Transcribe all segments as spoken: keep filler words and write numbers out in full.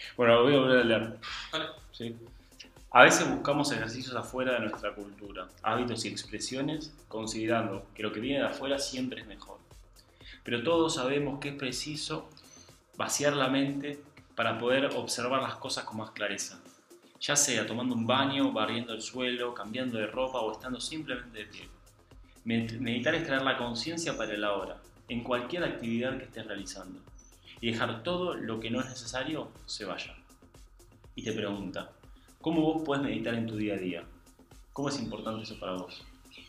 Bueno, voy a volver a leer. Vale. ¿Sí? A veces buscamos ejercicios afuera de nuestra cultura, hábitos y expresiones, considerando que lo que viene de afuera siempre es mejor. Pero todos sabemos que es preciso vaciar la mente para poder observar las cosas con más clareza. Ya sea tomando un baño, barriendo el suelo, cambiando de ropa o estando simplemente de pie. Meditar es traer la conciencia para el ahora, en cualquier actividad que estés realizando. Y dejar todo lo que no es necesario se vaya. Y te pregunta, ¿cómo vos podés meditar en tu día a día? ¿Cómo es importante eso para vos?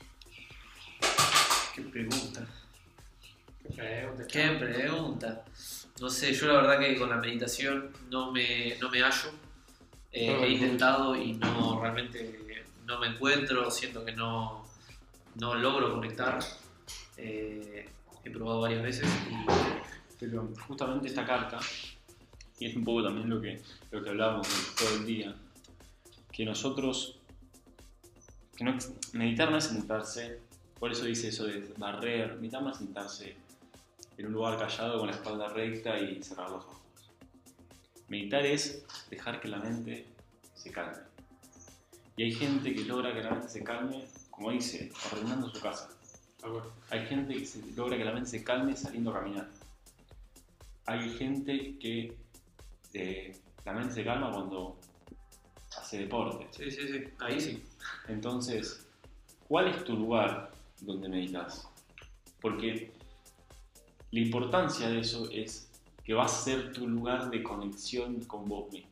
Qué pregunta. Qué pregunta. Qué pregunta. No sé, yo la verdad que con la meditación no me, no me hallo. Eh, No, he no. intentado y no realmente no me encuentro, siento que no, no logro conectar. Eh, he probado varias veces y Pero justamente esta carta, y es un poco también lo que, lo que hablábamos todo el día, que nosotros, que no, meditar no es sentarse, por eso dice eso de barrer, meditar no es sentarse en un lugar callado con la espalda recta y cerrar los ojos. Meditar es dejar que la mente se calme. Y hay gente que logra que la mente se calme, como dice, ordenando su casa. Ah, bueno. Hay gente que se logra que la mente se calme saliendo a caminar. Hay gente que eh, la mente se calma cuando hace deporte. sí, sí, sí, ahí sí. Entonces, ¿cuál es tu lugar donde meditas? Porque la importancia de eso es que va a ser tu lugar de conexión con vos mismo,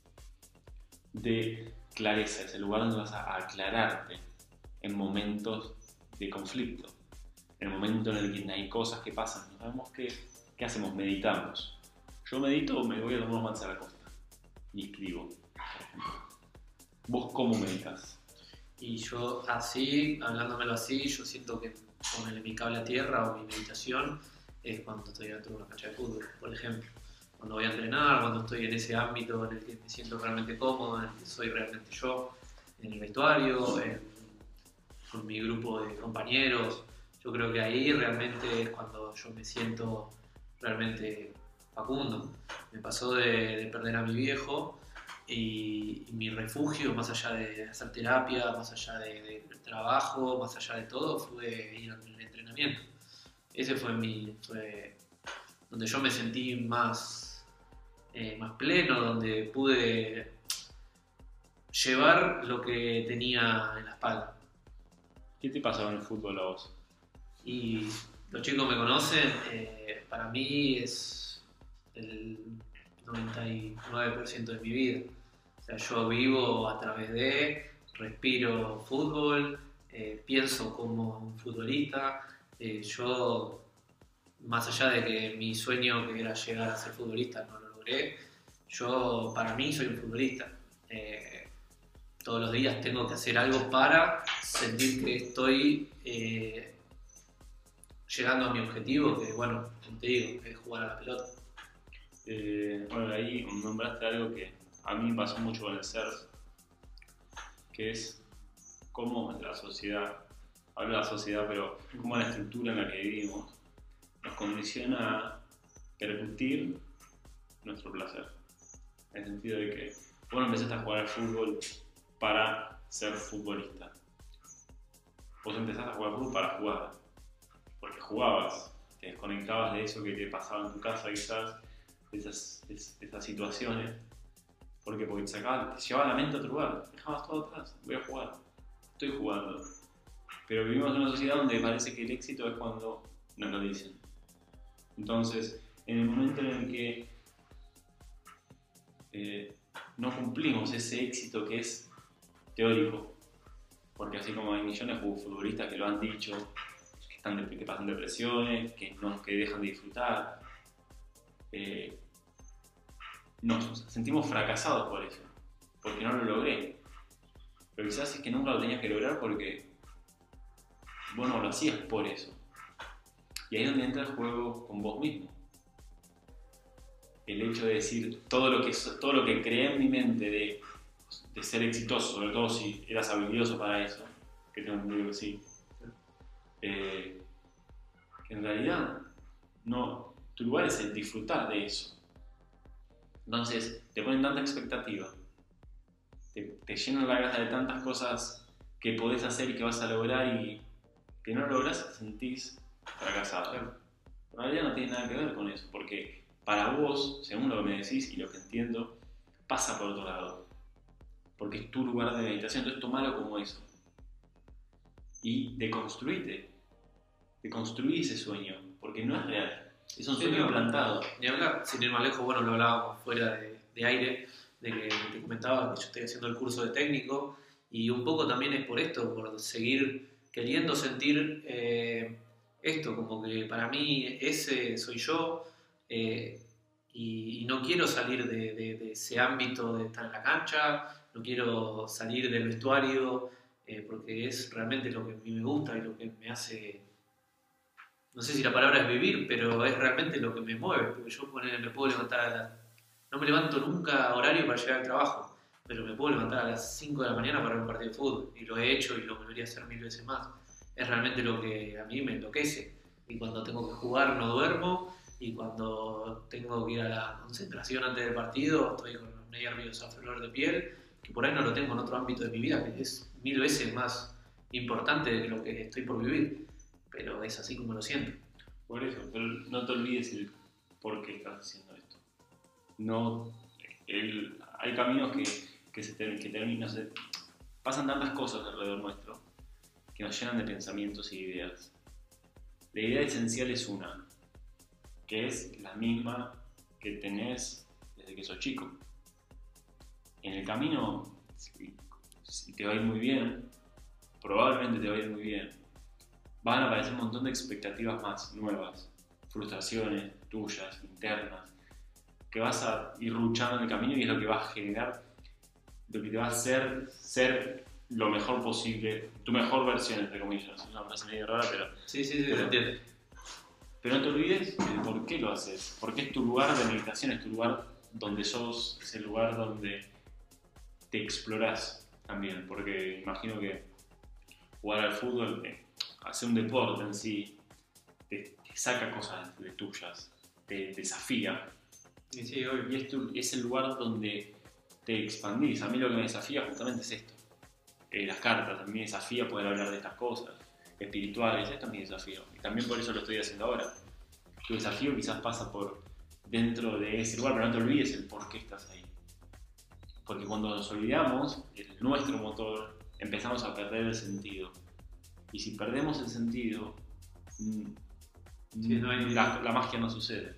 de clareza, es el lugar donde vas a aclararte en momentos de conflicto, en el momento en el que hay cosas que pasan, no sabemos qué, qué hacemos, meditamos. Yo medito, me voy a tomar unos mates a la costa y escribo, por ejemplo. ¿Vos cómo meditas? Y yo así, hablándomelo así, yo siento que con el mi cable a tierra o mi meditación es cuando estoy dentro de una cancha de fútbol, por ejemplo. Cuando voy a entrenar, cuando estoy en ese ámbito en el que me siento realmente cómodo, en el que soy realmente yo, en el vestuario, en- con mi grupo de compañeros. Yo creo que ahí realmente es cuando yo me siento realmente Facundo. Me pasó de, de perder a mi viejo y, y mi refugio, más allá de hacer terapia, más allá de, de- del trabajo, más allá de todo, fue ir al entrenamiento. Ese fue mi, fue donde yo me sentí más, eh, más pleno, donde pude llevar lo que tenía en la espalda. ¿Qué te pasa con el fútbol a vos? Y los chicos me conocen, eh, para mí es el noventa y nueve por ciento de mi vida. O sea, yo vivo a través de, respiro fútbol, eh, pienso como un futbolista. Eh, yo, más allá de que mi sueño que era llegar a ser futbolista no lo logré, yo para mí soy un futbolista. Eh, todos los días tengo que hacer algo para sentir que estoy eh, llegando a mi objetivo, que bueno, como te digo, es jugar a la pelota. Eh, bueno, ahí nombraste algo que a mí me pasó mucho con el surf, que es cómo la sociedad, hablo de la sociedad, pero cómo la estructura en la que vivimos nos condiciona a percutir nuestro placer. En el sentido de que vos no empezaste a jugar al fútbol para ser futbolista. Vos empezaste a jugar al fútbol para jugar. Porque jugabas, te desconectabas de eso que te pasaba en tu casa quizás, de esas, de esas situaciones. ¿Por qué? Porque te sacaba, te llevaba la mente a otro lugar, dejabas todo atrás, voy a jugar, estoy jugando. Pero vivimos en una sociedad donde parece que el éxito es cuando nos lo dicen. Entonces, en el momento en el que eh, no cumplimos ese éxito que es teórico, porque así como hay millones de futbolistas que lo han dicho, que, están de, que pasan depresiones, que, no, que dejan de disfrutar, eh, nos sentimos fracasados por eso, porque no lo logré. Pero quizás es que nunca lo tenías que lograr porque vos no lo hacías por eso. Y ahí es donde entra el juego con vos mismo. El hecho de decir todo lo que, todo lo que creé en mi mente de, de ser exitoso, sobre todo si eras habilidoso para eso, que tengo entendido que sí, eh, que en realidad no, tu lugar es el disfrutar de eso. Entonces, te ponen tanta expectativa, te, te llenan la cabeza de tantas cosas que podés hacer y que vas a lograr y que no lográs, te sentís fracasado. Claro. En realidad no tiene nada que ver con eso, porque para vos, según lo que me decís y lo que entiendo, pasa por otro lado. Porque es tu lugar de meditación, entonces tomalo como eso. Y deconstruite, deconstruí ese sueño, porque no es real, es un Sí, sueño no. implantado. Ni hablar, sin ir más lejos, bueno, lo hablábamos fuera de, de aire, de que te comentaba que yo estoy haciendo el curso de técnico y un poco también es por esto, por seguir queriendo sentir eh, esto, como que para mí ese soy yo eh, y, y no quiero salir de, de- de ese ámbito de estar en la cancha, no quiero salir del vestuario eh, porque es realmente lo que a mí me gusta y lo que me hace, no sé si la palabra es vivir, pero es realmente lo que me mueve, porque yo ponele, me puedo levantar a las... No me levanto nunca a horario para llegar al trabajo, pero me puedo levantar a las cinco de la mañana para ver un partido de fútbol, y lo he hecho y lo volvería a hacer mil veces más. Es realmente lo que a mí me enloquece, y cuando tengo que jugar no duermo, y cuando tengo que ir a la concentración antes del partido, estoy con los nervios a flor de piel, que por ahí no lo tengo en otro ámbito de mi vida, que es mil veces más importante de lo que estoy por vivir, pero es así como lo siento. Por eso, pero no te olvides el por qué estás haciendo esto. No, el- hay caminos que, que se ter- que terminan, se- pasan tantas cosas alrededor nuestro que nos llenan de pensamientos y ideas. La idea esencial es una, que es la misma que tenés desde que sos chico. En el camino, si, si te va a ir muy bien, probablemente te va a ir muy bien, van a aparecer un montón de expectativas más nuevas, frustraciones tuyas, internas, que vas a ir luchando en el camino y es lo que va a generar, lo que te va a hacer ser lo mejor posible, tu mejor versión, entre comillas. Es una frase medio rara, pero, Sí, sí, sí, Pero- se entiende. pero no te olvides de por qué lo haces, porque es tu lugar de meditación, es tu lugar donde sos, es el lugar donde te explorás también, porque imagino que jugar al fútbol, eh, hacer un deporte en sí, te, te saca cosas de tuyas, te desafía. Y sí, obvio. Y es, tu- es el lugar donde te expandís. A mí lo que me desafía justamente es esto. Eh, las cartas, a mí me desafía poder hablar de estas cosas espirituales, esto es mi desafío. Y también por eso lo estoy haciendo ahora. Tu desafío quizás pasa por dentro de ese lugar, pero no te olvides el por qué estás ahí. Porque cuando nos olvidamos, el, nuestro motor, empezamos a perder el sentido. Y si perdemos el sentido, mm, Sí, no hay- la, la magia no sucede.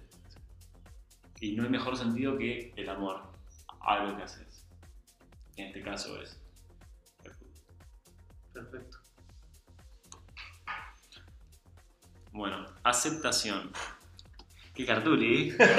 Y no hay mejor sentido que el amor a lo que haces. En este caso es el fútbol. Perfecto. Bueno, aceptación. Qué cartuli, ¿eh?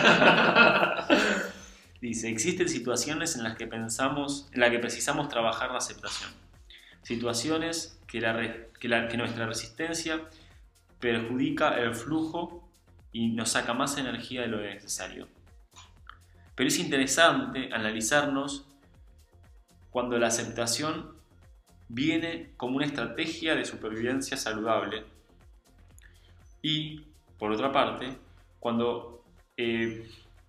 Dice, existen situaciones en las que pensamos, en las que precisamos trabajar la aceptación. Situaciones que, la re- que, la- que nuestra resistencia perjudica el flujo y nos saca más energía de lo necesario. Pero es interesante analizarnos cuando la aceptación viene como una estrategia de supervivencia saludable y, por otra parte, cuando eh,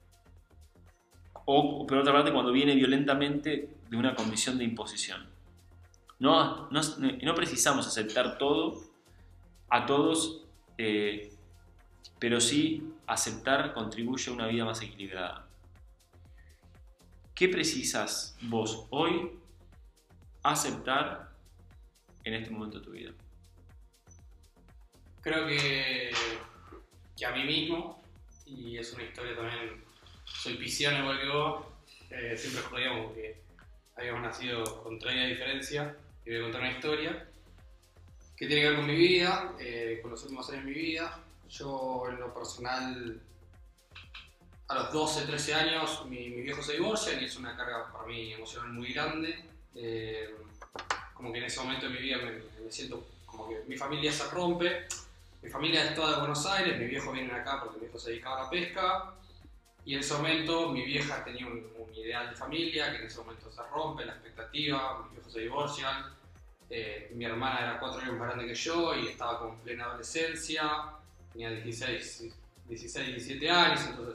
o por otra parte cuando viene violentamente de una condición de imposición. No, no, no precisamos aceptar todo a todos, eh, pero sí aceptar contribuye a una vida más equilibrada. ¿Qué precisas vos hoy aceptar en este momento de tu vida? Creo que, que a mí mismo, y es una historia también, soy pisciano igual que vos, eh, siempre jodíamos que habíamos nacido con treinta diferencia, y voy a contar una historia que tiene que ver con mi vida, eh, con los últimos años de mi vida. Yo en lo personal, a los doce, trece años, mi, mi viejo se divorcia y es una carga para mí emocional muy grande. Eh, como que en ese momento de mi vida me, me siento como que mi familia se rompe. Mi familia es toda de Buenos Aires, mi viejo viene acá porque mi viejo se dedicaba a la pesca. Y en ese momento mi vieja tenía un, un ideal de familia que en ese momento se rompe, la expectativa, mis viejos se divorcian. Eh, mi hermana era cuatro años más grande que yo y estaba con plena adolescencia, tenía dieciséis, diecisiete años, entonces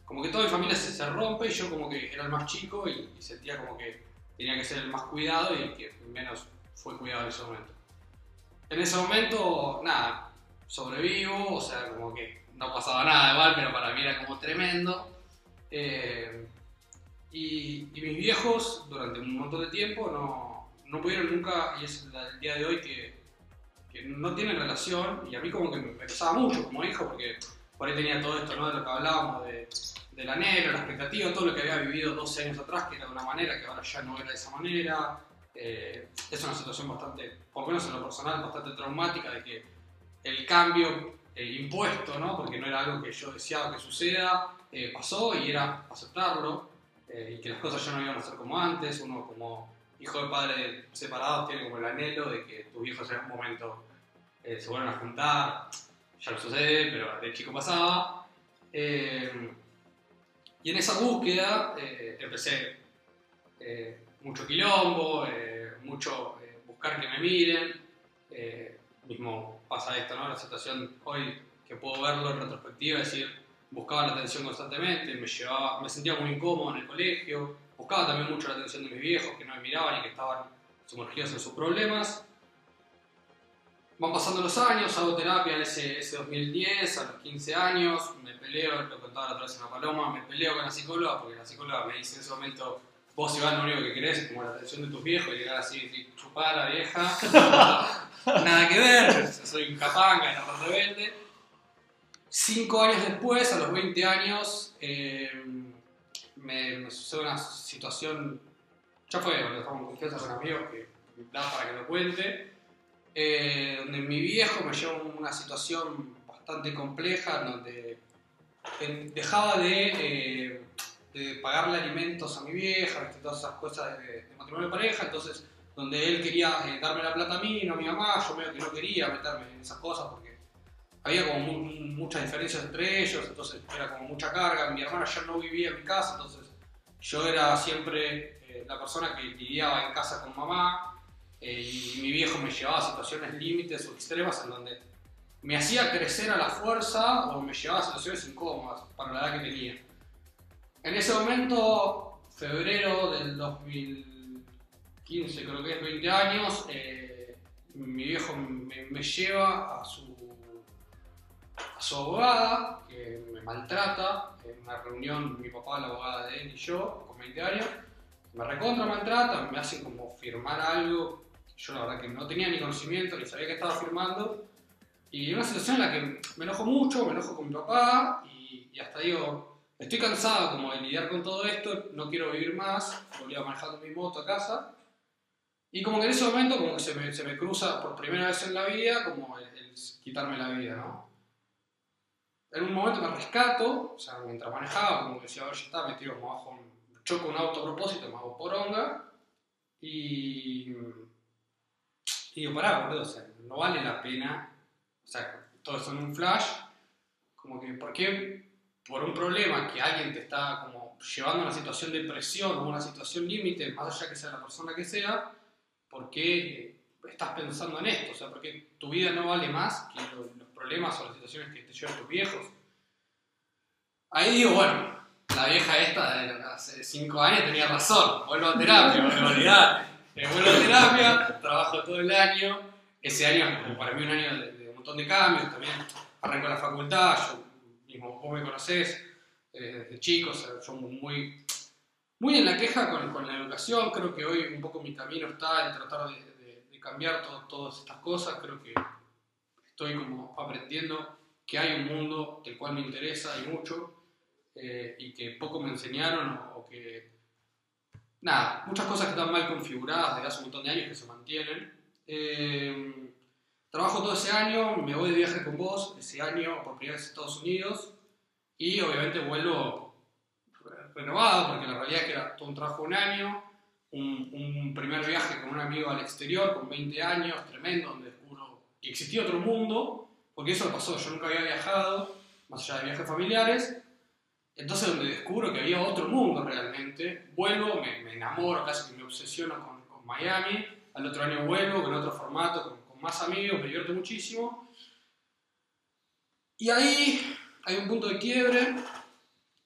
como que toda mi familia se, se rompe y yo como que era el más chico y, y sentía como que tenía que ser el más cuidado y el que menos fue cuidado en ese momento. En ese momento, nada, sobrevivo, o sea, como que no pasaba nada igual, pero para mí era como tremendo. Eh, y, y mis viejos, durante un montón de tiempo, no, no pudieron nunca, y es el día de hoy que, que no tienen relación, y a mí como que me pesaba mucho como hijo, porque por ahí tenía todo esto, ¿no? De lo que hablábamos, de, del anhelo, la expectativa, todo lo que había vivido doce años atrás, que era de una manera, que ahora ya no era de esa manera. Eh, es una situación bastante, por lo menos en lo personal, bastante traumática, de que el cambio eh, impuesto, ¿no? Porque no era algo que yo deseaba que suceda, eh, pasó y era aceptarlo, eh, y que las cosas ya no iban a ser como antes. Uno como hijo de padres separados tiene como el anhelo de que tus hijos en algún momento eh, se vuelvan a juntar. Ya no sucede, pero de chico pasaba. Eh, y en esa búsqueda eh, empecé eh, mucho quilombo, eh, mucho eh, buscar que me miren. Eh, mismo pasa esto, ¿no? La situación hoy que puedo verlo en retrospectiva, es decir, buscaba la atención constantemente, me, llevaba, me sentía muy incómodo en el colegio, buscaba también mucho la atención de mis viejos que no me miraban y que estaban sumergidos en sus problemas. Van pasando los años, hago terapia en ese, ese dos mil diez, a los quince años, me peleo, lo contaba la otra vez en la Paloma, me peleo con la psicóloga porque la psicóloga me dice en ese momento: vos, Iván, lo único que querés es como la atención de tus viejos, y llegar así y chupar a la vieja. Nada que ver, soy un capanga, era más rebelde. Cinco años después, a los veinte años, eh, me, me sucede una situación, ya fue, cuando estamos en confianza con amigos, que da para que lo cuente, eh, donde mi viejo me lleva a una situación bastante compleja, donde dejaba de... Eh, de pagarle alimentos a mi vieja, ¿viste? Todas esas cosas de, de matrimonio de pareja, entonces donde él quería eh, darme la plata a mí, no a mi mamá, yo medio que no quería meterme en esas cosas porque había como mu muchas diferencias entre ellos, entonces era como mucha carga. Mi hermana ya no vivía en mi casa, entonces yo era siempre eh, la persona que lidiaba en casa con mamá, eh, y mi viejo me llevaba a situaciones límites o extremas en donde me hacía crecer a la fuerza o me llevaba a situaciones incómodas para la edad que tenía. En ese momento, febrero del dos mil quince, creo que es, veinte años, eh, mi viejo me, me lleva a su, a su abogada, que me maltrata, en una reunión, mi papá, la abogada de él y yo, con veinte años, me recontra maltrata, me hace como firmar algo, yo la verdad que no tenía ni conocimiento, ni sabía que estaba firmando, y una situación en la que me enojo mucho, me enojo con mi papá, y, y hasta digo... Estoy cansado como de lidiar con todo esto, no quiero vivir más, volví a manejar mi moto a casa. Y como que en ese momento como que se me, se me cruza por primera vez en la vida como el, el quitarme la vida, ¿no? En un momento me rescato, o sea, mientras manejaba, como que decía, a ver, ya está, me tiro como abajo, un, choco un auto a propósito, me hago poronga. Y, y digo, pará, boludo, o sea, no vale la pena, o sea, todo eso en un flash, como que, ¿por qué? Por un problema que alguien te está como llevando a una situación de presión o una situación límite, más allá que sea la persona que sea, ¿por qué estás pensando en esto? O sea, ¿por qué tu vida no vale más que los problemas o las situaciones que te llevan tus viejos? Ahí digo, bueno, la vieja esta de hace cinco años tenía razón, vuelvo a terapia, vuelvo a olvidar, vuelvo a terapia, trabajo todo el año, ese año es como para mí un año de, de un montón de cambios, también arranco la facultad, yo, como vos me conocés, eh, desde chico, o sea, yo muy, muy en la queja con, con la educación. Creo que hoy un poco mi camino está en tratar de, de, de cambiar todo, todas estas cosas. Creo que estoy como aprendiendo que hay un mundo del cual me interesa y mucho, eh, y que poco me enseñaron, o, o que... Nada, muchas cosas que están mal configuradas desde hace un montón de años que se mantienen. Eh, Trabajo todo ese año, me voy de viaje con vos, ese año por primera vez a Estados Unidos, y obviamente vuelvo renovado, porque la realidad es que era todo un trabajo de un año, un, un primer viaje con un amigo al exterior, con veinte años, tremendo, donde descubro que existía otro mundo, porque eso pasó, yo nunca había viajado, más allá de viajes familiares, entonces donde descubro que había otro mundo realmente, vuelvo, me, me enamoro, casi que me obsesiono con, con Miami, al otro año vuelvo con otro formato, con más amigos, me divierto muchísimo. Y ahí hay un punto de quiebre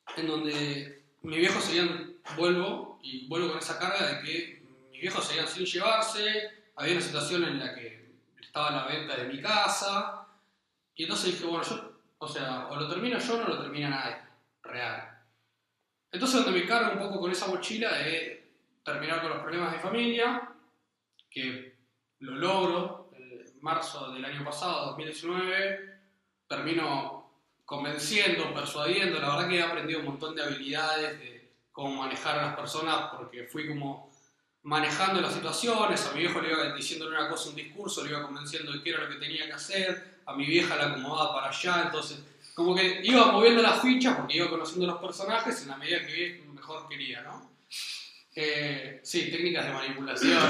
en donde mis viejos seguían, vuelvo, y vuelvo con esa carga de que mis viejos seguían sin llevarse, había una situación en la que estaba la venta de mi casa, y entonces dije, bueno, yo, o sea, o lo termino yo o no lo termina nadie, real. Entonces donde me cargo un poco con esa mochila de terminar con los problemas de familia, que lo logro, en marzo del año pasado, dos mil diecinueve, termino convenciendo, persuadiendo, la verdad que he aprendido un montón de habilidades de cómo manejar a las personas, porque fui como manejando las situaciones, a mi viejo le iba diciendo una cosa, un discurso, le iba convenciendo de qué era lo que tenía que hacer, a mi vieja la acomodaba para allá, entonces como que iba moviendo las fichas porque iba conociendo los personajes en la medida que mejor quería, ¿no? Eh, sí, técnicas de manipulación,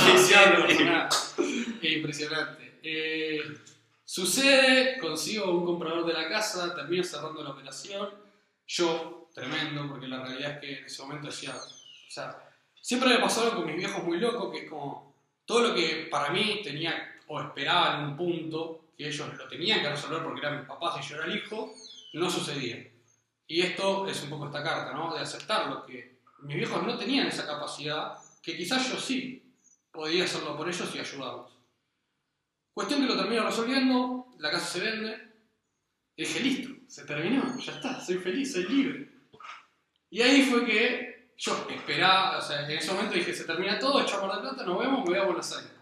es impresionante. Eh, sucede, consigo un comprador de la casa, termino cerrando la operación, yo, tremendo, porque la realidad es que en ese momento decía, o sea, siempre me pasó algo con mis viejos muy loco, que es como, todo lo que para mí tenía, o esperaba en un punto, que ellos lo tenían que resolver porque eran mis papás y yo era el hijo, no sucedía. Y esto es un poco esta carta, ¿no? De aceptarlo, que mis viejos no tenían esa capacidad, que quizás yo sí podía hacerlo por ellos y ayudarlos. Cuestión que lo termino resolviendo, la casa se vende, y dije, listo, se terminó, ya está, soy feliz, soy libre. Y ahí fue que yo esperaba, o sea, en ese momento dije, se termina todo, echo a Mar del Plata, nos vemos, me voy a Buenos Aires.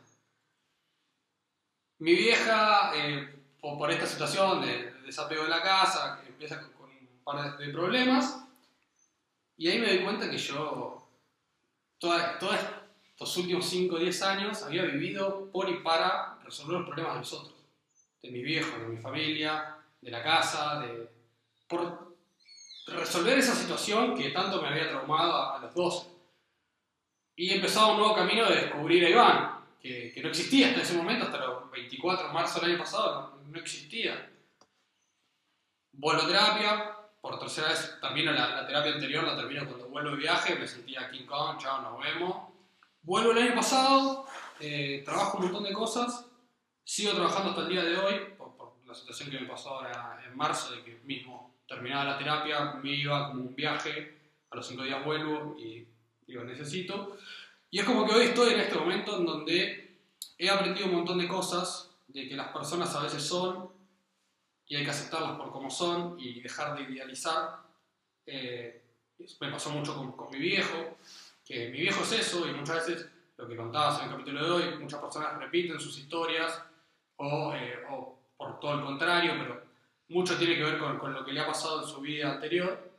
Mi vieja, eh, por, por esta situación de, de desapego de la casa, que empieza con, con un par de, de problemas, y ahí me doy cuenta que yo, toda, todos estos últimos cinco o diez años, había vivido por y para resolver los problemas de los otros, de mis viejos, de mi familia, de la casa, de, por resolver esa situación que tanto me había traumado a, a los doce. Y empezaba un nuevo camino de descubrir a Iván, que, que no existía hasta ese momento, hasta los veinticuatro de marzo del año pasado, no, no existía. Vuelvo a terapia, por tercera vez termino la, la terapia anterior, la termino cuando vuelvo de viaje, me sentía King Kong, chao, nos vemos. Vuelvo el año pasado, eh, trabajo un montón de cosas, sigo trabajando hasta el día de hoy, por, por la situación que me pasó ahora en marzo, de que mismo terminaba la terapia, me iba como un viaje, a los cinco días vuelvo y digo, necesito. Y es como que hoy estoy en este momento en donde he aprendido un montón de cosas, de que las personas a veces son, y hay que aceptarlas por como son, y dejar de idealizar. Eh, me pasó mucho con, con mi viejo, que mi viejo es eso, y muchas veces, lo que contabas en el capítulo de hoy, muchas personas repiten sus historias, o, eh, o por todo el contrario, pero mucho tiene que ver con, con lo que le ha pasado en su vida anterior.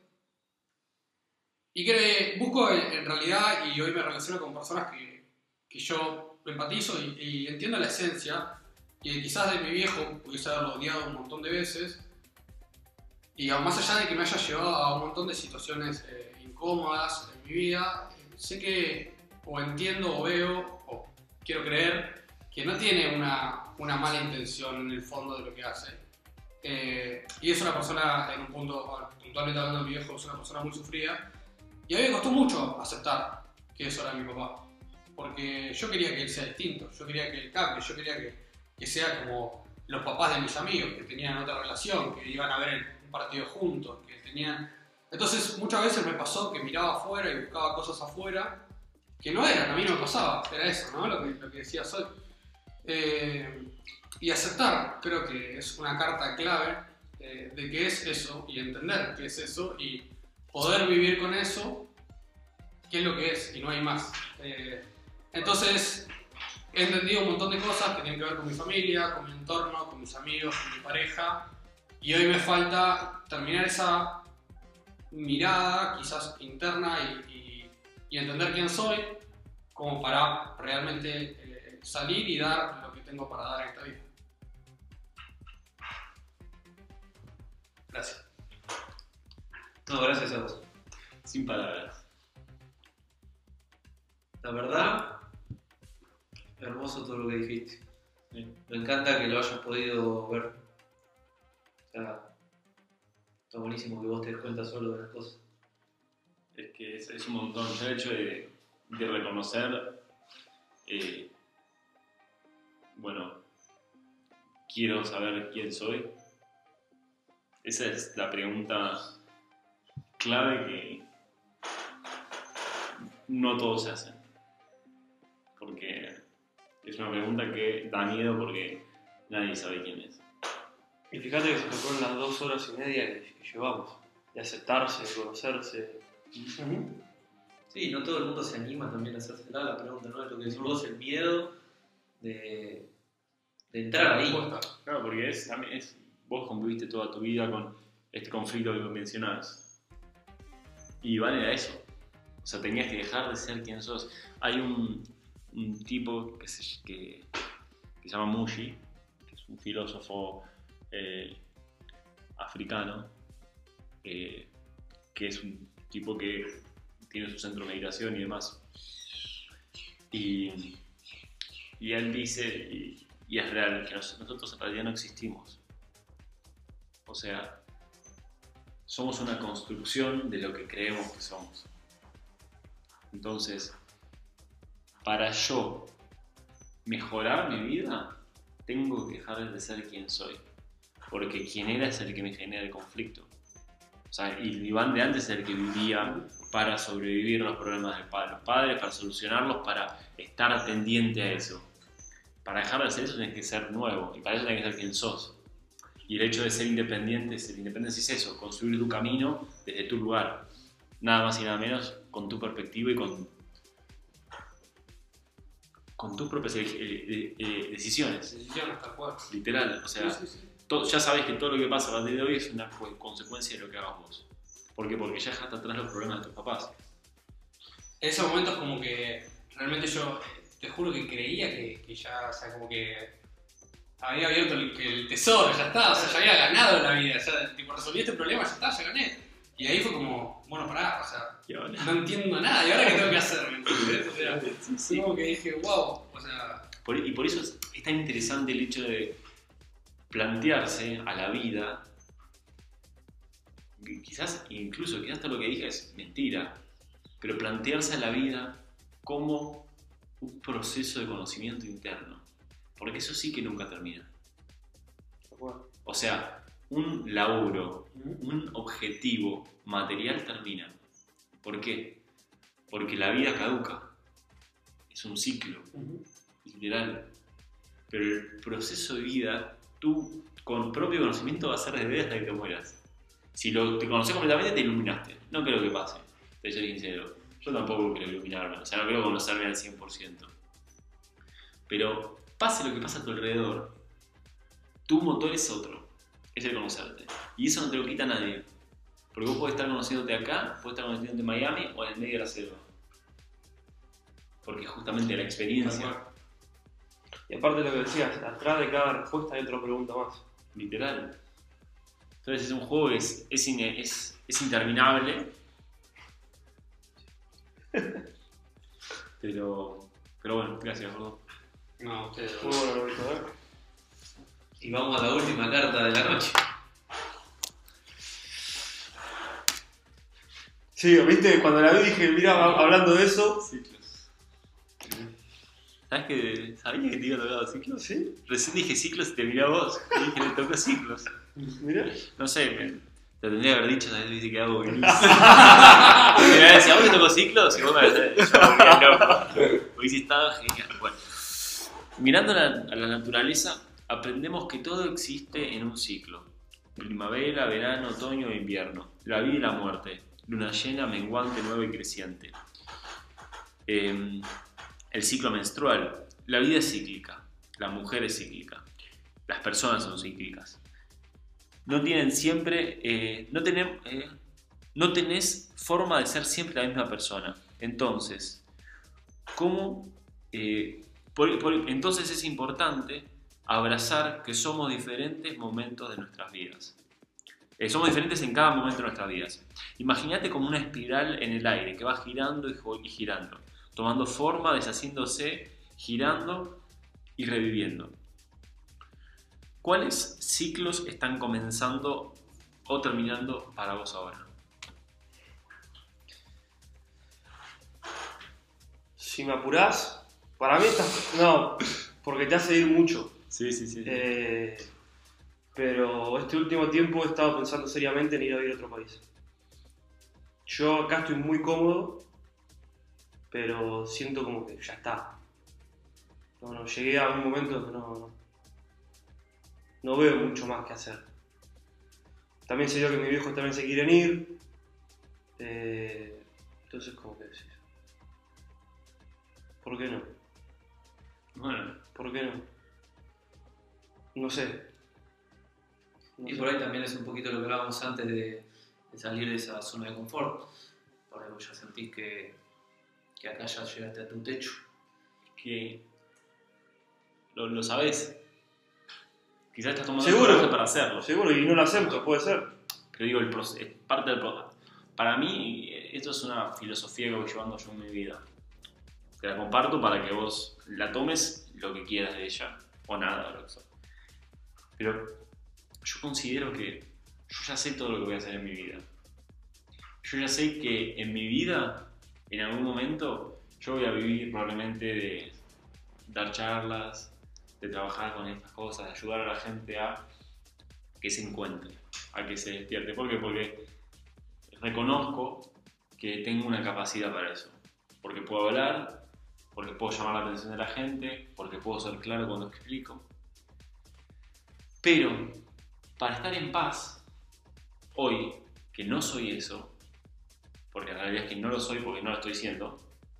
Y que busco en realidad, y hoy me relaciono con personas que, que yo empatizo y, y entiendo la esencia, y quizás de mi viejo pudiese haberlo odiado un montón de veces, y aún más allá de que me haya llevado a un montón de situaciones eh, incómodas en mi vida, eh, sé que o entiendo o veo, o quiero creer, que no tiene una, una mala intención en el fondo de lo que hace. Eh, y es una persona, en un punto, puntualmente hablando de mi viejo, es una persona muy sufrida. Y a mí me costó mucho aceptar que eso era mi papá, porque yo quería que él sea distinto, yo quería que él cambie, yo quería que, que sea como los papás de mis amigos, que tenían otra relación, que iban a ver un partido juntos, que tenían... Entonces muchas veces me pasó que miraba afuera y buscaba cosas afuera que no eran, a mí no me pasaba, era eso, ¿no? Lo que, lo que decía Sol. Eh, y aceptar, creo que es una carta clave eh, de qué es eso, y entender qué es eso, y poder vivir con eso, qué es lo que es, y no hay más. Eh, entonces, he entendido un montón de cosas que tienen que ver con mi familia, con mi entorno, con mis amigos, con mi pareja, y hoy me falta terminar esa mirada, quizás interna, y, y, y entender quién soy, como para realmente eh, salir y dar lo que tengo para dar en esta vida. Gracias. No, gracias a vos. Sin palabras. La verdad, hermoso todo lo que dijiste. Sí. Me encanta que lo hayas podido ver. O sea, está buenísimo que vos te des cuenta solo de las cosas. Es que es, es un montón. Ya el hecho de, de reconocer, eh, bueno, quiero saber quién soy. Esa es la pregunta clave que no todos se hacen. Porque es una pregunta que da miedo porque nadie sabe quién es. Y fíjate que se tocó en las dos horas y media que, que llevamos. De aceptarse, de conocerse. Uh-huh. Sí, no todo el mundo se anima también a hacerse la pregunta, ¿no? Lo que decís vos, el miedo de, de entrar ahí. Claro, porque es, también es, vos conviviste toda tu vida con este conflicto que mencionabas. Y vale a eso. O sea, tenías que dejar de ser quien sos. Hay un, un tipo que se, que, que se llama Mushi, que es un filósofo eh, africano, eh, que es un tipo que tiene su centro de meditación y demás. Y, y él dice, y, y es real, que nosotros en realidad no existimos. O sea, somos una construcción de lo que creemos que somos. Entonces, para yo mejorar mi vida, tengo que dejar de ser quien soy. Porque quien era es el que me genera el conflicto. O sea, y Iván de antes es el que vivía para sobrevivir a los problemas de los padres, para solucionarlos, para estar pendiente a eso. Para dejar de hacer eso tienes que ser nuevo, y para eso tienes que ser quien sos. Y el hecho de ser independiente, ser independencia es eso, construir tu camino desde tu lugar. Nada más y nada menos con tu perspectiva y con, con tus propias eh, eh, eh, decisiones. Decisiones, tal cual. Literal, o sea, sí, sí, sí. Todo, ya sabes que todo lo que pasa a partir de hoy es una consecuencia de lo que hagas vos. ¿Por qué? Porque ya dejaste atrás los problemas de tus papás. En esos momentos como que realmente yo, te juro que creía que, que ya, o sea, como que había abierto el, el tesoro, ya está, o sea, ya había ganado la vida, ya, tipo, resolví este problema, ya está, ya gané. Y ahí fue como, bueno, pará, o sea, no entiendo nada, ¿y ahora qué tengo que hacer? ¿Me entiendes? O sea, sí, sí. como que dije, wow, o sea... Por, y por eso es, es tan interesante el hecho de plantearse a la vida, quizás incluso, quizás todo lo que dije es mentira, pero plantearse a la vida como un proceso de conocimiento interno, porque eso sí que nunca termina. O sea, un laburo, un objetivo material termina. ¿Por qué? Porque la vida caduca, es un ciclo, literal, pero el proceso de vida tú con propio conocimiento vas a ser desde hasta que te mueras. Si lo, te conoces completamente te iluminaste. No creo que pase, te soy sincero. Yo tampoco creo iluminarme, o sea, no creo conocerme al cien por ciento. Pero pase lo que pasa a tu alrededor, tu motor es otro, es el conocerte. Y eso no te lo quita nadie. Porque vos podés estar conociéndote acá, podés estar conociéndote en Miami o en el medio de la selva. Porque justamente la experiencia... Y aparte de lo que decías, atrás de cada respuesta hay otra pregunta más. Literal. Entonces es un juego que es, es, ine, es, es interminable. pero, pero bueno, gracias, gordo. No, ustedes... Muy bueno, Roberto, ¿eh? Y vamos a la última carta de la noche. Sí, viste, cuando la vi dije, mira, hablando de eso... Ciclos. ¿Sabes que sabía que te iba a tocar ciclos? ¿Sí? Recién dije ciclos y te miré a vos. Y dije, le tocó ciclos. Mira. No sé, me, te tendría que haber dicho, ¿sabes? Viste que hago buenísimo. Me decía, ¿a vos te tocó ciclos? Y vos me decís, yo me volvía loco. Hoy sí estaba genial. Bueno, mirando a la, a la naturaleza, aprendemos que todo existe en un ciclo. Primavera, verano, otoño e invierno. La vida y la muerte. Luna llena, menguante, nueva y creciente. Eh, el ciclo menstrual. La vida es cíclica. La mujer es cíclica. Las personas son cíclicas. No tienen siempre... Eh, no, tenemos, eh, no tenés forma de ser siempre la misma persona. Entonces, ¿cómo...? Eh, por, por, entonces es importante abrazar que somos diferentes momentos de nuestras vidas. Eh, somos diferentes en cada momento de nuestras vidas. Imagínate como una espiral en el aire que va girando y, y girando, tomando forma, deshaciéndose, girando y reviviendo. ¿Cuáles ciclos están comenzando o terminando para vos ahora? Si me apurás, para mí estás... No, porque te hace ir mucho. Sí, sí, sí. Eh, pero este último tiempo he estado pensando seriamente en ir a vivir a otro país. yo acá estoy muy cómodo, pero siento como que ya está. No, no, llegué a un momento donde no, no, no veo mucho más que hacer. También sé yo que mis viejos también se quieren ir, eh, entonces como que decís, ¿por qué no? Bueno, ¿Por qué no? No sé. No Y sé. por ahí también es un poquito lo que hablábamos antes de, de salir de esa zona de confort. Por ahí vos ya sentís que, que acá ya llegaste a tu techo. que lo, lo sabés. Quizás estás tomando Seguro. el coraje para hacerlo. Seguro, y no lo acepto, puede ser. Pero digo, el proceso, es parte del proceso. Para mí, esto es una filosofía que voy llevando yo en mi vida. Te la comparto para que vos la tomes lo que quieras de ella, o nada, lo que sea. Pero yo considero que yo ya sé todo lo que voy a hacer en mi vida. Yo ya sé que en mi vida, en algún momento, yo voy a vivir probablemente de dar charlas, de trabajar con estas cosas, de ayudar a la gente a que se encuentre, a que se despierte. ¿Por qué? Porque reconozco que tengo una capacidad para eso. Porque puedo hablar, porque puedo llamar la atención de la gente, porque puedo ser claro cuando explico. Pero, para estar en paz, hoy, que no soy eso, porque en realidad es que no lo soy porque no lo estoy siendo,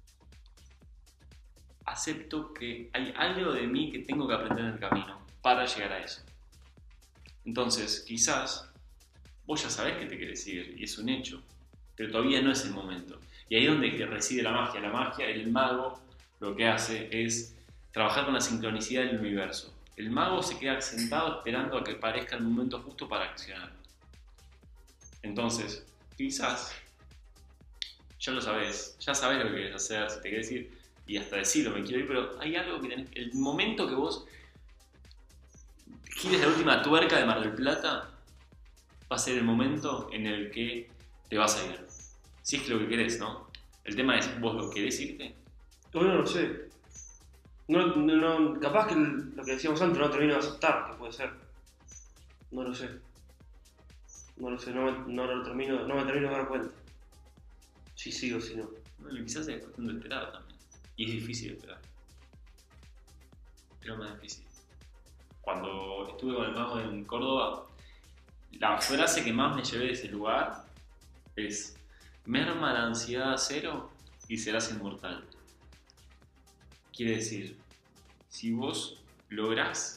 acepto que hay algo de mí que tengo que aprender en el camino para llegar a eso. Entonces, quizás vos ya sabés que te querés ir y es un hecho, pero todavía no es el momento. Y ahí es donde reside la magia. La magia, el mago, lo que hace es trabajar con la sincronicidad del universo. El mago se queda sentado esperando a que parezca el momento justo para accionar. Entonces, quizás ya lo sabés, ya sabés lo que querés hacer, si te querés ir, y hasta decirlo, me quiero ir, pero hay algo que tenés, el momento que vos gires la última tuerca de Mar del Plata, va a ser el momento en el que te vas a ir. Si es que lo que querés, ¿no? El tema es, ¿vos lo querés irte? Hoy no lo sé. No, no, no, capaz que lo que decíamos antes no termino de aceptar, que puede ser. No lo sé. No lo sé, no me, no lo termino, no me termino de dar cuenta. Si sí o si no. Bueno, quizás es cuestión de esperar también. Y es difícil esperar. Pero más difícil. Cuando estuve con el mago en Córdoba, la frase que más me llevé de ese lugar es: merma la ansiedad a cero y serás inmortal. Quiere decir, si vos lográs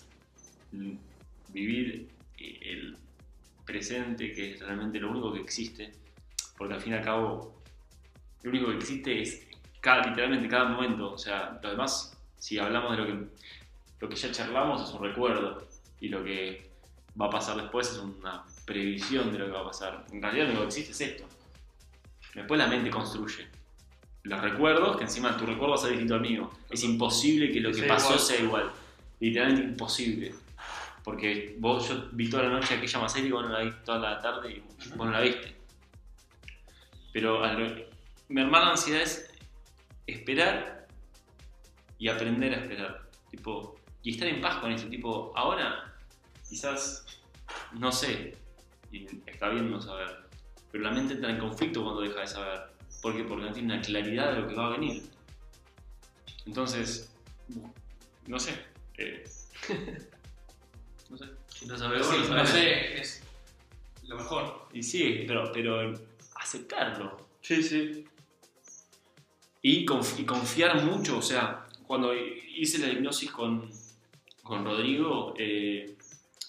vivir el presente, que es realmente lo único que existe, porque al fin y al cabo lo único que existe es cada, literalmente cada momento, o sea, lo demás, si hablamos de lo que, lo que ya charlamos, es un recuerdo, y lo que va a pasar después es una previsión de lo que va a pasar. En realidad lo único que existe es esto. Después la mente construye los recuerdos, que encima tu recuerdo va a ser distinto al mío. Es imposible que lo que sea pasó igual. sea igual. Literalmente imposible. Porque vos, yo vi toda la noche aquella Maseri y vos no la viste toda la tarde y vos no la viste. Pero al, mermar la ansiedad es esperar y aprender a esperar. Tipo, y estar en paz con eso. Tipo, ahora quizás, no sé, y está bien no saber, pero la mente entra en conflicto cuando deja de saber. ¿Por qué? Porque no tiene una claridad de lo que va a venir. Entonces, no sé. Eh, no sé. Si no sabés, Pero sí, bueno, sabés. no sé, es lo mejor. Y sí, pero, pero aceptarlo. Sí, sí. Y, conf- y confiar mucho. O sea, cuando hice la hipnosis con, con Rodrigo, eh,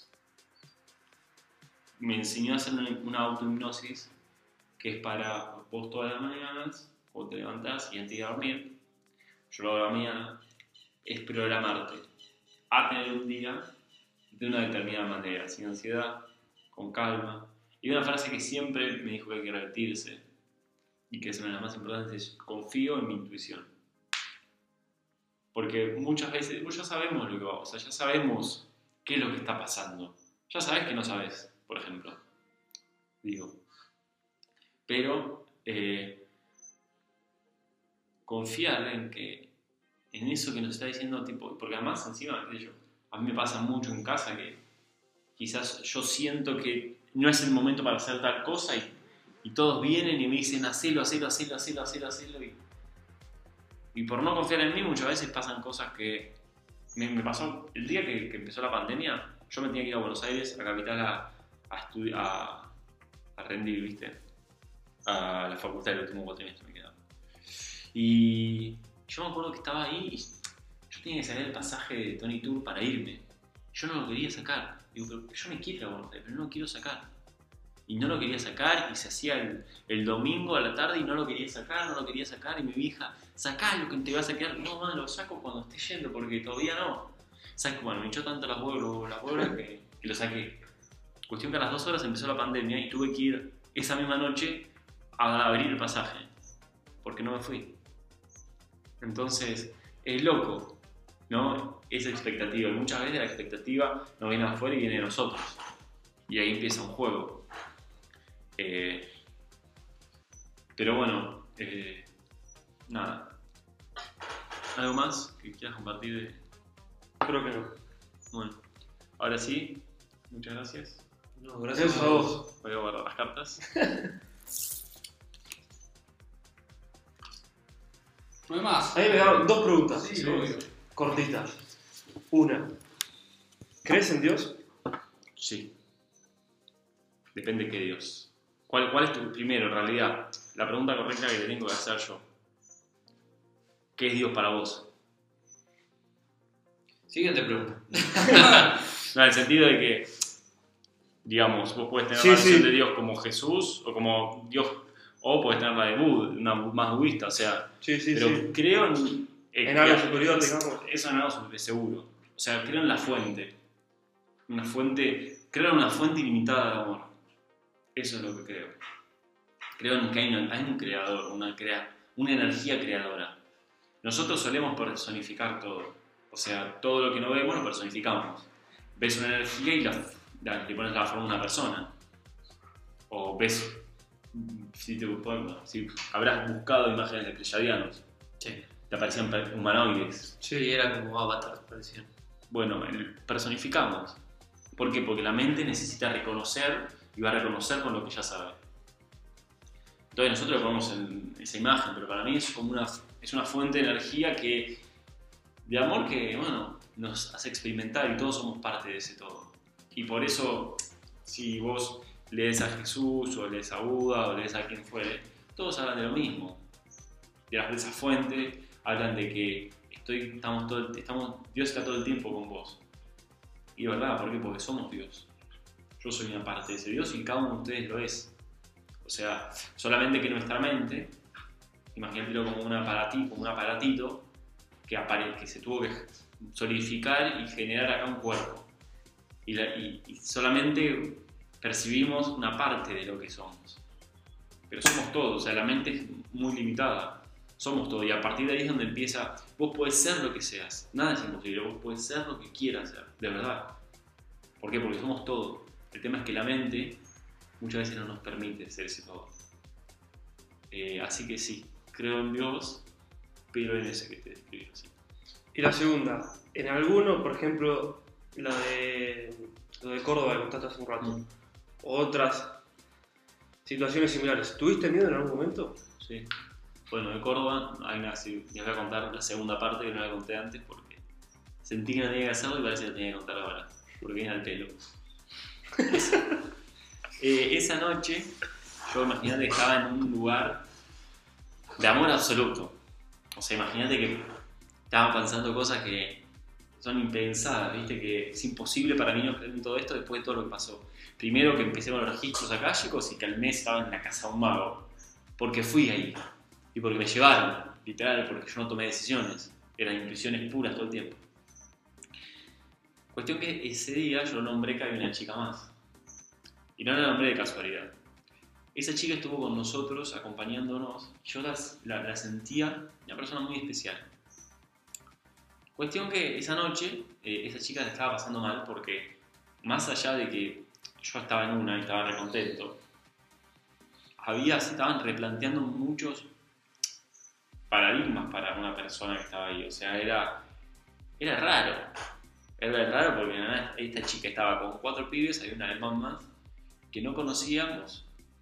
me enseñó a hacer una, una autohipnosis que es para vos todas las mañanas, vos te levantás y antes de ir a dormir, yo lo hago a la mañana, es programarte a tener un día de una determinada manera, sin ansiedad, con calma. Y una frase que siempre me dijo que hay que repetirse, y que es una de las más importantes, es: confío en mi intuición. Porque muchas veces, pues ya sabemos lo que va, o sea, ya sabemos qué es lo que está pasando. Ya sabes que no sabes, por ejemplo. Digo. Pero eh, confiar en que en eso que nos está diciendo, tipo, porque además encima, qué sé yo, a mí me pasa mucho en casa que quizás yo siento que no es el momento para hacer tal cosa y, Y todos vienen y me dicen, hacelo, hacelo, hacelo, hacelo, hacelo, hacelo. Y, y por no confiar en mí, muchas veces pasan cosas que... Me, me pasó el día que, que empezó la pandemia, yo me tenía que ir a Buenos Aires, a Capital, a, a, estudiar, a, a rendir, ¿viste? A la facultad del último cuatrimestre me quedaba. Y yo me acuerdo que estaba ahí y yo tenía que sacar el pasaje de Tony Tour para irme. Yo no lo quería sacar. Digo, pero yo me quiero ir a Buenos Aires, pero no lo quiero sacar. Y no lo quería sacar y se hacía el, el domingo a la tarde y no lo quería sacar, no lo quería sacar. Y mi vieja, sacalo que te vas a quedar. No, man, lo saco cuando esté yendo porque todavía no. Saco, bueno, me echó tanto las bolas, las bolas que, que lo saqué. Cuestión que a las dos horas empezó la pandemia y tuve que ir esa misma noche a abrir el pasaje. Porque no me fui. Entonces, es loco, ¿no? Esa expectativa. Muchas veces la expectativa no viene de afuera y viene de nosotros. Y ahí empieza un juego. Eh, pero bueno, eh, nada. ¿Algo más que quieras compartir? De... Creo que no. Bueno, ahora sí, muchas gracias. No, gracias Eso a vos. Voy a guardar las cartas. No hay más. A mí me daban dos preguntas. Sí, obvio. Cortitas. Una. ¿Crees en Dios? Sí. Depende de qué Dios. ¿Cuál, ¿Cuál es tu primero, en realidad? La pregunta correcta que te tengo que hacer yo. ¿Qué es Dios para vos? Siguiente pregunta. No, en el sentido de que, digamos, vos puedes tener Sí, la visión sí. de Dios como Jesús o como Dios, o puedes tener la de Buda, una más budista, o sea, Sí, sí, pero sí. creo en... eh, En algo que- superior, es- digamos. Eso en algo superior, seguro. O sea, creo en la fuente. Una fuente, creo en una fuente ilimitada de amor. Eso es lo que creo. Creo en que hay, una- hay un creador, una, crea, una energía creadora. Nosotros solemos personificar todo. O sea, todo lo que no vemos lo personificamos. Ves una energía y la, la- le pones la forma de una persona. O ves, si, te, si habrás buscado imágenes de pleyadianos, Sí. te aparecían per- humanoides. Sí, era como Avatar, parecía. Bueno, el- personificamos. ¿Por qué? Porque la mente necesita reconocer y va a reconocer con lo que ya sabe. Entonces nosotros le ponemos en esa imagen, pero para mí es como una, es una fuente de energía que, de amor que, bueno, nos hace experimentar y todos somos parte de ese todo. Y por eso, si vos lees a Jesús o lees a Buda o lees a quien fuere, todos hablan de lo mismo. De las- de esa fuente hablan de que estoy, estamos todo, el- estamos, Dios está todo el tiempo con vos. Y de verdad, ¿por qué? Porque somos Dios. Yo soy una parte de ese Dios y cada uno de ustedes lo es. O sea, solamente que nuestra mente, imagínatelo como un aparatito, como un aparatito que, apare, que se tuvo que solidificar y generar acá un cuerpo. Y, la, y, y solamente percibimos una parte de lo que somos. Pero somos todos, o sea, la mente es muy limitada. Somos todo y a partir de ahí es donde empieza, vos podés ser lo que seas, nada es imposible, vos podés ser lo que quieras ser, de verdad. ¿Por qué? Porque somos todo. El tema es que la mente muchas veces no nos permite ser ese todo. Eh, así que sí, creo en Dios, pero en ese que te describí así. Y la segunda. En alguno, por ejemplo, la de, lo de Córdoba que contaste hace un rato, Mm. o otras situaciones similares, ¿tuviste miedo en algún momento? Sí. Bueno, de Córdoba, hay una, sí, les voy a contar la segunda parte que no la conté antes porque sentí que no tenía que hacerlo y parece que la tenía que contar ahora, porque viene al pelo. Eh, esa noche, yo imagínate que estaba en un lugar de amor absoluto. O sea, imagínate que estaba pensando cosas que son impensadas, ¿viste? Que es imposible para mí no creer en todo esto después de todo lo que pasó. Primero que empecé con los registros akáshicos y que al mes estaba en la casa de un mago. Porque fui ahí. Y porque me llevaron, literal, porque yo no tomé decisiones. Eran intuiciones puras todo el tiempo. Cuestión que ese día yo nombré que había una chica más. Y no la nombré de casualidad. Esa chica estuvo con nosotros, acompañándonos. Yo la, la, la sentía una persona muy especial. Cuestión que esa noche, eh, esa chica la estaba pasando mal porque, más allá de que yo estaba en una y estaba recontento, había, se estaban replanteando muchos paradigmas para una persona que estaba ahí. O sea, era, era raro. Era raro porque esta chica estaba con cuatro pibes, había un alemán más, que no conocíamos,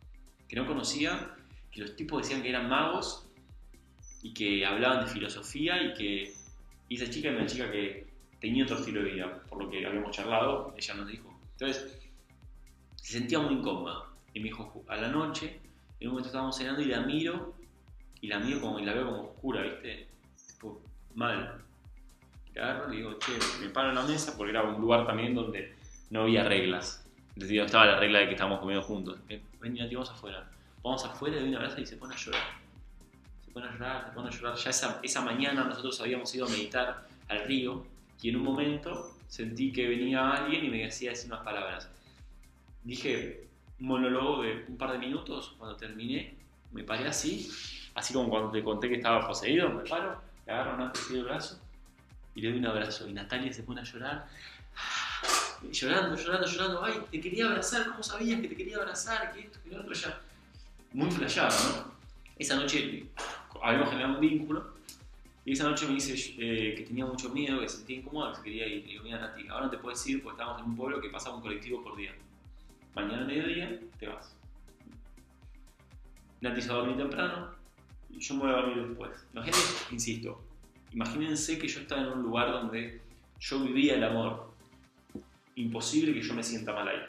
que no conocía, que los tipos decían que eran magos y que hablaban de filosofía y que y esa chica era una chica que tenía otro estilo de vida, por lo que habíamos charlado, ella nos dijo. Entonces, se sentía muy incómoda y me dijo, a la noche, en un momento estábamos cenando y la miro y la miro como, y la veo como oscura, ¿viste? Tipo, mal. Le agarro y digo, che, me paro en la mesa porque era un lugar también donde no había reglas. Les digo, estaba la regla de que estábamos comiendo juntos. Ven, Nati, vamos afuera. Vamos afuera, de una abrazo y se pone a llorar. Se pone a llorar, se pone a llorar. Ya esa, esa mañana nosotros habíamos ido a meditar al río y en un momento sentí que venía alguien y me hacía decir unas palabras. Dije un monólogo de un par de minutos. Cuando terminé, me paré así, así como cuando te conté que estaba poseído. Me paro, le agarro a Nati del brazo y le doy un abrazo. Y Natalia se pone a llorar. Llorando, llorando, llorando, ay, te quería abrazar, ¿cómo sabías que te quería abrazar? Que esto, que lo otro, ya. Muy flasheado, ¿no? Esa noche habíamos generado un vínculo y esa noche me dice eh, que tenía mucho miedo, que se sentía incómodo, que se quería ir. Le digo, mira Nati, ahora no te puedes ir porque estamos en un pueblo que pasaba un colectivo por día. Mañana al mediodía te vas. Nati se va a dormir temprano y yo me voy a dormir después. Imagínense, insisto, imagínense que yo estaba en un lugar donde yo vivía el amor. Imposible que yo me sienta mal ahí.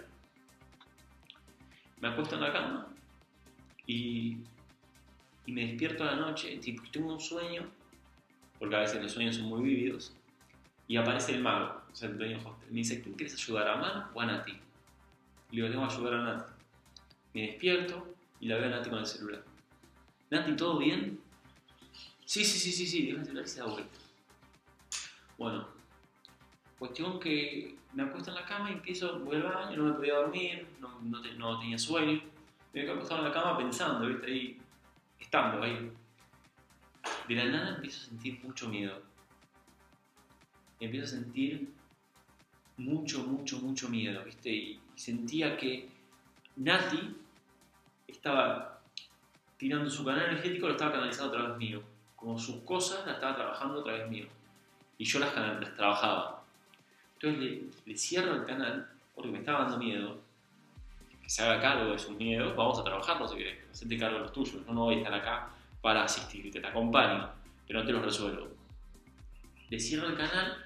Me acuesto en la cama y, y me despierto a la noche, tipo, tengo un sueño, porque a veces los sueños son muy vívidos, y aparece el mago, o sea, el dueño hostel. Me dice, ¿tú quieres ayudar a Manu o a Nati? Le digo, tengo que ayudar a Nati. Me despierto y la veo a Nati con el celular. Nati, ¿todo bien? Sí, sí, sí, sí, sí, deja el celular y se da vuelta. Bueno, cuestión que me acuesto en la cama y empiezo, voy al baño, no me podía dormir, no, no, te, no tenía sueño. Me quedé acostado en la cama pensando, ¿viste? Ahí, estando ahí. De la nada empiezo a sentir mucho miedo. Empiezo a sentir mucho, mucho, mucho miedo, ¿viste? Y sentía que Nati estaba tirando su canal energético, lo estaba canalizando a través mío. Como sus cosas las estaba trabajando a través mío. Y yo las, las trabajaba. Entonces le, le cierro el canal porque me estaba dando miedo. Que se haga cargo de sus miedos. Vamos a trabajarlo si querés. Hacete cargo de los tuyos. Yo no voy a estar acá para asistirte. Te acompaño, pero no te los resuelvo. Le cierro el canal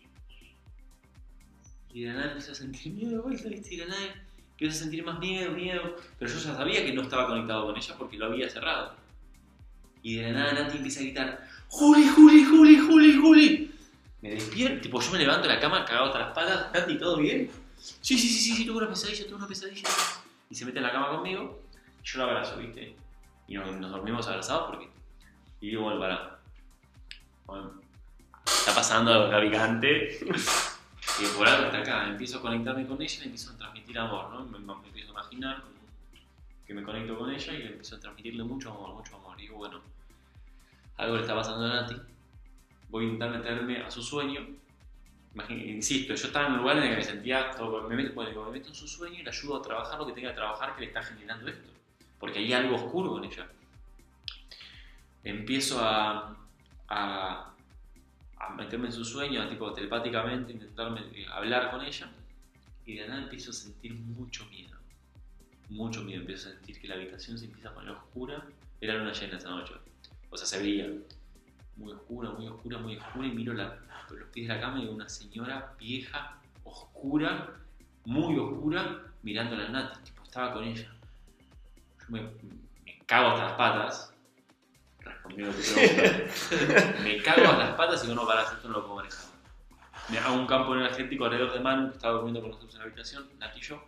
y de la nada empiezo a sentir miedo de vuelta. ¿Viste? Y de la nada empiezo a sentir más miedo, miedo. Pero yo ya sabía que no estaba conectado con ella porque lo había cerrado. Y de la nada Nati empieza a gritar: ¡Juli, Juli, Juli, Juli, Juli! Me despierto, tipo yo me levanto de la cama cagado hasta las patas. Nati, ¿todo bien? Sí, sí, sí, sí, sí, tuve una pesadilla, tuve una pesadilla. Y se mete en la cama conmigo y yo lo abrazo, ¿viste? Y nos, nos dormimos abrazados porque... Y digo, bueno, pará. Bueno, está pasando algo acá picante. Y por algo está acá. Empiezo a conectarme con ella y empiezo a transmitir amor, ¿no? Me, me empiezo a imaginar que me conecto con ella y empiezo a transmitirle mucho amor, mucho amor. Y digo, bueno, algo le está pasando a Nati. Voy a intentar meterme a su sueño. Imagin, insisto, yo estaba en un lugar en el que me sentía todo, me meto, bueno, me meto en su sueño y le ayudo a trabajar lo que tenga que trabajar que le está generando esto. Porque hay algo oscuro con ella. Empiezo a, a, a meterme en su sueño, a, tipo telepáticamente, intentarme hablar con ella. Y de nada empiezo a sentir mucho miedo. Mucho miedo. Empiezo a sentir que la habitación se empieza a poner oscura. Era luna llena esa noche. O sea, se veía. Muy oscura, muy oscura, muy oscura, y miro la, los pies de la cama y veo una señora vieja, oscura, muy oscura, mirando a la Nati, tipo, estaba con ella. Yo me, me cago hasta las patas, respondiendo a tu pregunta, me cago hasta las patas y digo, no, para esto no lo puedo manejar. Me hago un campo energético alrededor de Manu, que estaba durmiendo con nosotros en la habitación, Nati y yo.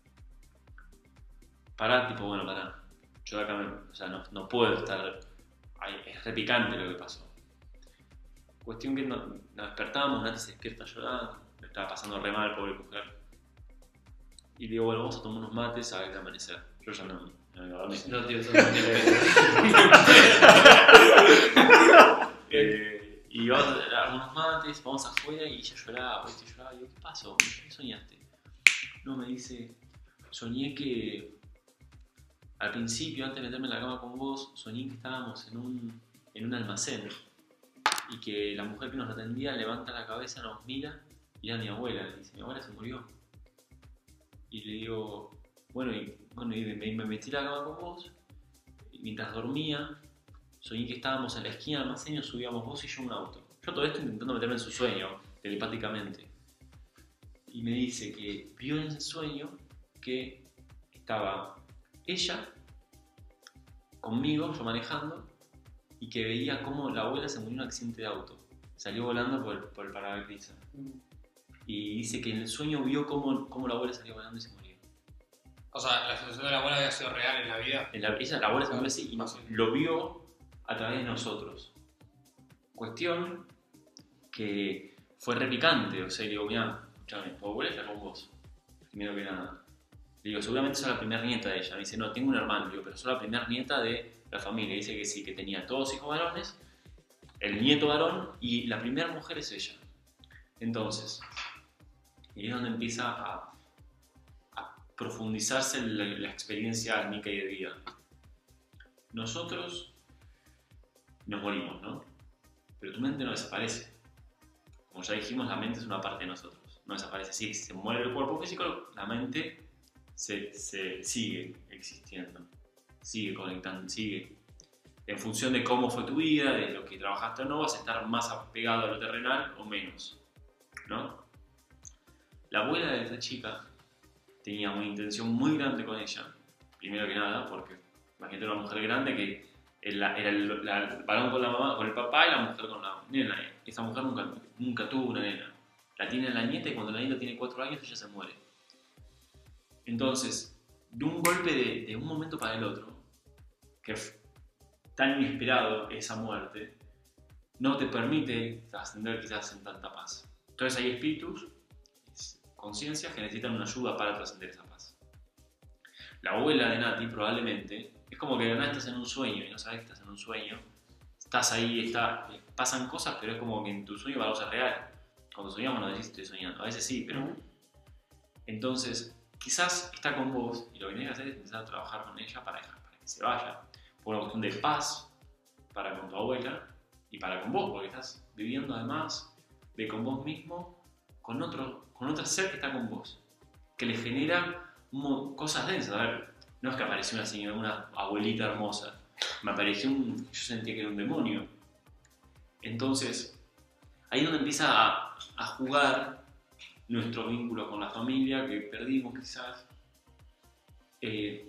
Pará, tipo, bueno, pará. Yo de acá, me, o sea, no, no puedo estar, ay, es repicante lo que pasó. Cuestión que nos, nos despertamos, Nati se despierta llorando, me estaba pasando re mal, pobre mujer. Y digo, bueno, vamos a tomar unos mates a ver el amanecer. Yo ya no, no me iba a dormir. No, tío, eso eh, Y vamos a dar unos mates, vamos afuera y ella lloraba, ¿viste? Lloraba. Y yo, ¿qué pasó? ¿Qué soñaste? No, me dice, soñé que al principio, antes de meterme en la cama con vos, soñé que estábamos en un, en un almacén. Y que la mujer que nos atendía levanta la cabeza, nos mira y era mi abuela. Le dice, mi abuela se murió. Y le digo, bueno, y, bueno, y me, me metí a la cama con vos, y mientras dormía, soñé que estábamos en la esquina del almacén, subíamos vos y yo a un auto. Yo todo esto intentando meterme en su sueño, telepáticamente. Y me dice que vio en ese sueño que estaba ella conmigo, yo manejando, y que veía cómo la abuela se murió en un accidente de auto. Salió volando por el, por el parabrisas. Y dice que en el sueño vio cómo, cómo la abuela salió volando y se murió. O sea, la situación de la abuela había sido real en la vida. En la, ella, la abuela se murió así y Ah, sí. lo vio a través de nosotros. Cuestión que fue repicante. O sea, le digo, mira, escúchame, tu abuela está con vos. Primero que nada. Le digo, seguramente soy la primera nieta de ella. Me dice, no, tengo un hermano. Le digo, pero soy la primera nieta de la familia. Dice que sí, que tenía todos hijos varones, el nieto varón y la primera mujer es ella. Entonces, y es donde empieza a, a profundizarse la, la experiencia álmica y de vida. Nosotros nos morimos, ¿no? Pero tu mente no desaparece. Como ya dijimos, la mente es una parte de nosotros. No desaparece. Sí, si se muere el cuerpo físico, la mente se, se sigue existiendo. Sigue conectando, sigue. En función de cómo fue tu vida, de lo que trabajaste o no, vas a estar más apegado a lo terrenal o menos, ¿no? La abuela de esta chica tenía una intención muy grande con ella, primero que nada, porque imagínate una mujer grande que era el, la, el varón con la mamá, con el papá y la mujer con la nena. Esa mujer nunca, nunca tuvo una nena. La tiene la nieta y cuando la nieta tiene cuatro años ella se muere. Entonces, de un golpe de, de un momento para el otro, que tan inesperado esa muerte, no te permite ascender quizás en tanta paz. Entonces hay espíritus, conciencias que necesitan una ayuda para trascender esa paz. La abuela de Nati probablemente, es como que de verdad estás en un sueño y no sabes que estás en un sueño, estás ahí, está, pasan cosas, pero es como que en tu sueño va a ser real. Cuando soñamos no decís estoy soñando, a veces sí, pero... Entonces, quizás está con vos y lo que tenés que hacer es empezar a trabajar con ella para, dejar, para que se vaya. Por una cuestión de paz para con tu abuela y para con vos, porque estás viviendo además de con vos mismo, con otro, con otro ser que está con vos, que le genera cosas densas. A ver, no es que apareció una señora, una abuelita hermosa, me apareció un, yo sentía que era un demonio. Entonces, ahí es donde empieza a, a jugar nuestro vínculo con la familia, que perdimos quizás, eh,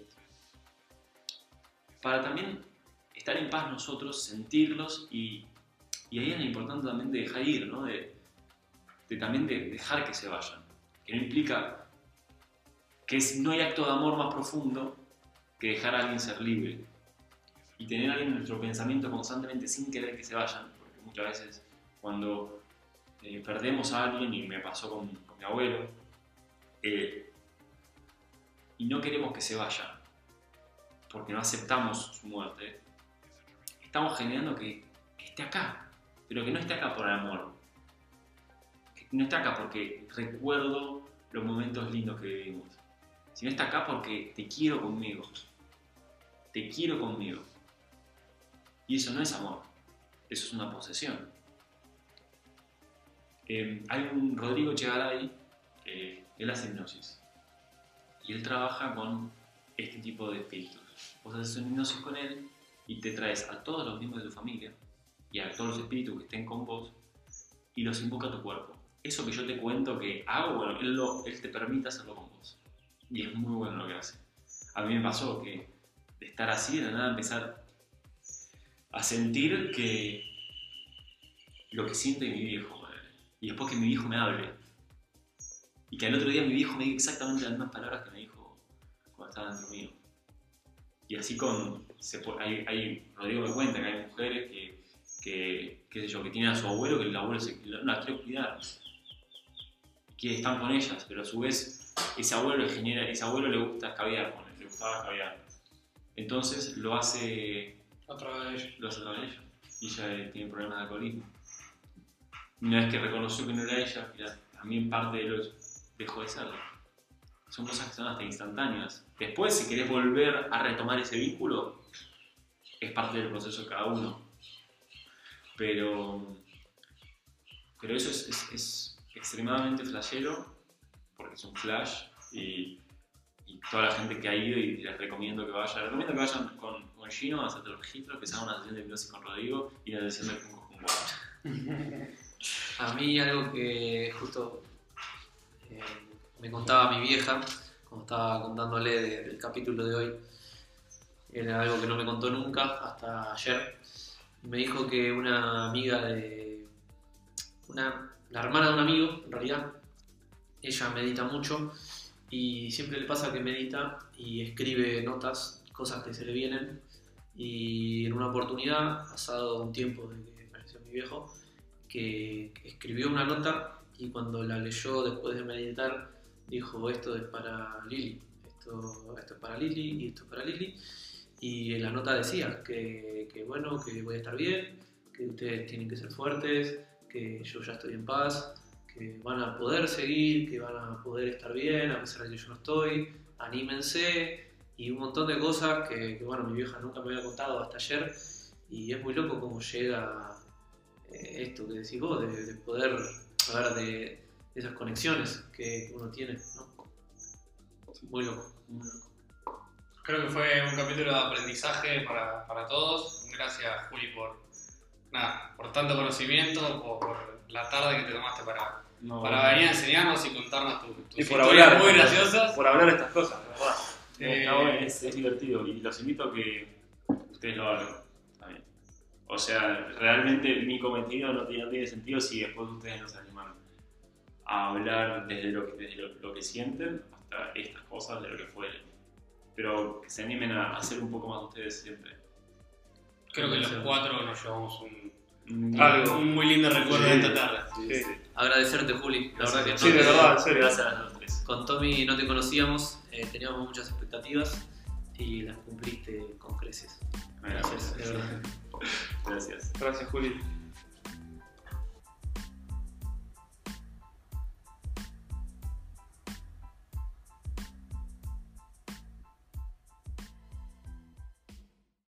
para también estar en paz nosotros, sentirlos y, y ahí es lo importante también de dejar ir, ¿no? de, de también de dejar que se vayan, que no implica que es, no hay acto de amor más profundo que dejar a alguien ser libre y tener a alguien en nuestro pensamiento constantemente sin querer que se vayan, porque muchas veces cuando eh, perdemos a alguien, y me pasó con, con mi abuelo, eh, y no queremos que se vaya porque no aceptamos su muerte, estamos generando que, que esté acá, pero que no esté acá por amor, que no esté acá porque recuerdo los momentos lindos que vivimos, sino está acá porque te quiero conmigo, te quiero conmigo. Y eso no es amor, eso es una posesión. Eh, hay un Rodrigo Echegaray, eh, él hace hipnosis, y él trabaja con este tipo de espíritus. Vos haces una hipnosis con él y te traes a todos los miembros de tu familia y a todos los espíritus que estén con vos y los invoca a tu cuerpo. Eso que yo te cuento que hago, bueno, él, lo, él te permite hacerlo con vos. Y es muy bueno lo que hace. A mí me pasó que de estar así, de nada empezar a sentir que lo que siente mi viejo, madre. Y después que mi viejo me hable. Y que al otro día mi viejo me diga exactamente las mismas palabras que me dijo cuando estaba dentro mío. Y así con... Se puede, hay, hay, Rodrigo me cuenta que hay mujeres que, que, qué sé yo, que tienen a su abuelo, que el abuelo se, no la quiere cuidar. Que están con ellas, pero a su vez ese abuelo le genera, ese abuelo le gusta escabiar, bueno, le gustaba escabiar. Entonces lo hace... A través de ella. Lo hace a través de ella. Y ella tiene problemas de alcoholismo. Una vez que reconoció que no era ella, ya, también parte de lo dejó de serlo. Son cosas que son hasta instantáneas. Después, si querés volver a retomar ese vínculo, es parte del proceso de cada uno. Pero, pero eso es, es, es extremadamente flashero, porque es un flash, y, y toda la gente que ha ido, y les recomiendo que vayan. Les recomiendo que vayan con, con Gino a hacerte los registros, que se hagan una sesión de hipnosis con Rodrigo y una sesión de Kung con Guada. A mí algo que justo eh, me contaba mi vieja, cuando estaba contándole de, del capítulo de hoy, era algo que no me contó nunca hasta ayer. Me dijo que una amiga de... Una, la hermana de un amigo, en realidad, ella medita mucho y siempre le pasa que medita y escribe notas, cosas que se le vienen, y en una oportunidad, pasado un tiempo de que falleció mi viejo, que escribió una nota y cuando la leyó después de meditar dijo: esto es para Lili, esto, esto es para Lili y esto es para Lili. Y en la nota decía que, que bueno, que voy a estar bien, que ustedes tienen que ser fuertes, que yo ya estoy en paz, que van a poder seguir, que van a poder estar bien a pesar de que yo no estoy, anímense, y un montón de cosas que, que bueno, mi vieja nunca me había contado hasta ayer, y es muy loco cómo llega eh, esto que decís vos, de, de poder hablar de, de esas conexiones que uno tiene, ¿no? Muy loco, muy loco. Creo que fue un capítulo de aprendizaje para, para todos. Gracias, Juli, por, nada, por tanto conocimiento, por, por la tarde que te tomaste para, No, para venir a enseñarnos y contarnos tus tu Y por historias hablar, muy graciosas. por hablar de estas cosas, la verdad. Eh, está bueno, es, es divertido y los invito a que ustedes lo hagan también. O sea, realmente mi cometido no tiene, no tiene sentido si después ustedes no se animan a hablar desde lo que, desde lo, lo que sienten hasta estas cosas, de lo que fuere. Pero que se animen a hacer un poco más ustedes siempre. Creo que los cuatro nos llevamos un, Mm, Algo. un muy lindo recuerdo de esta tarde. Sí, sí. Agradecerte, Juli, la verdad que no Sí, de te- verdad, en serio. Gracias a los tres. con Tommy no te conocíamos, eh, teníamos muchas expectativas y las cumpliste con creces. Gracias, de verdad. Gracias. Gracias, Juli.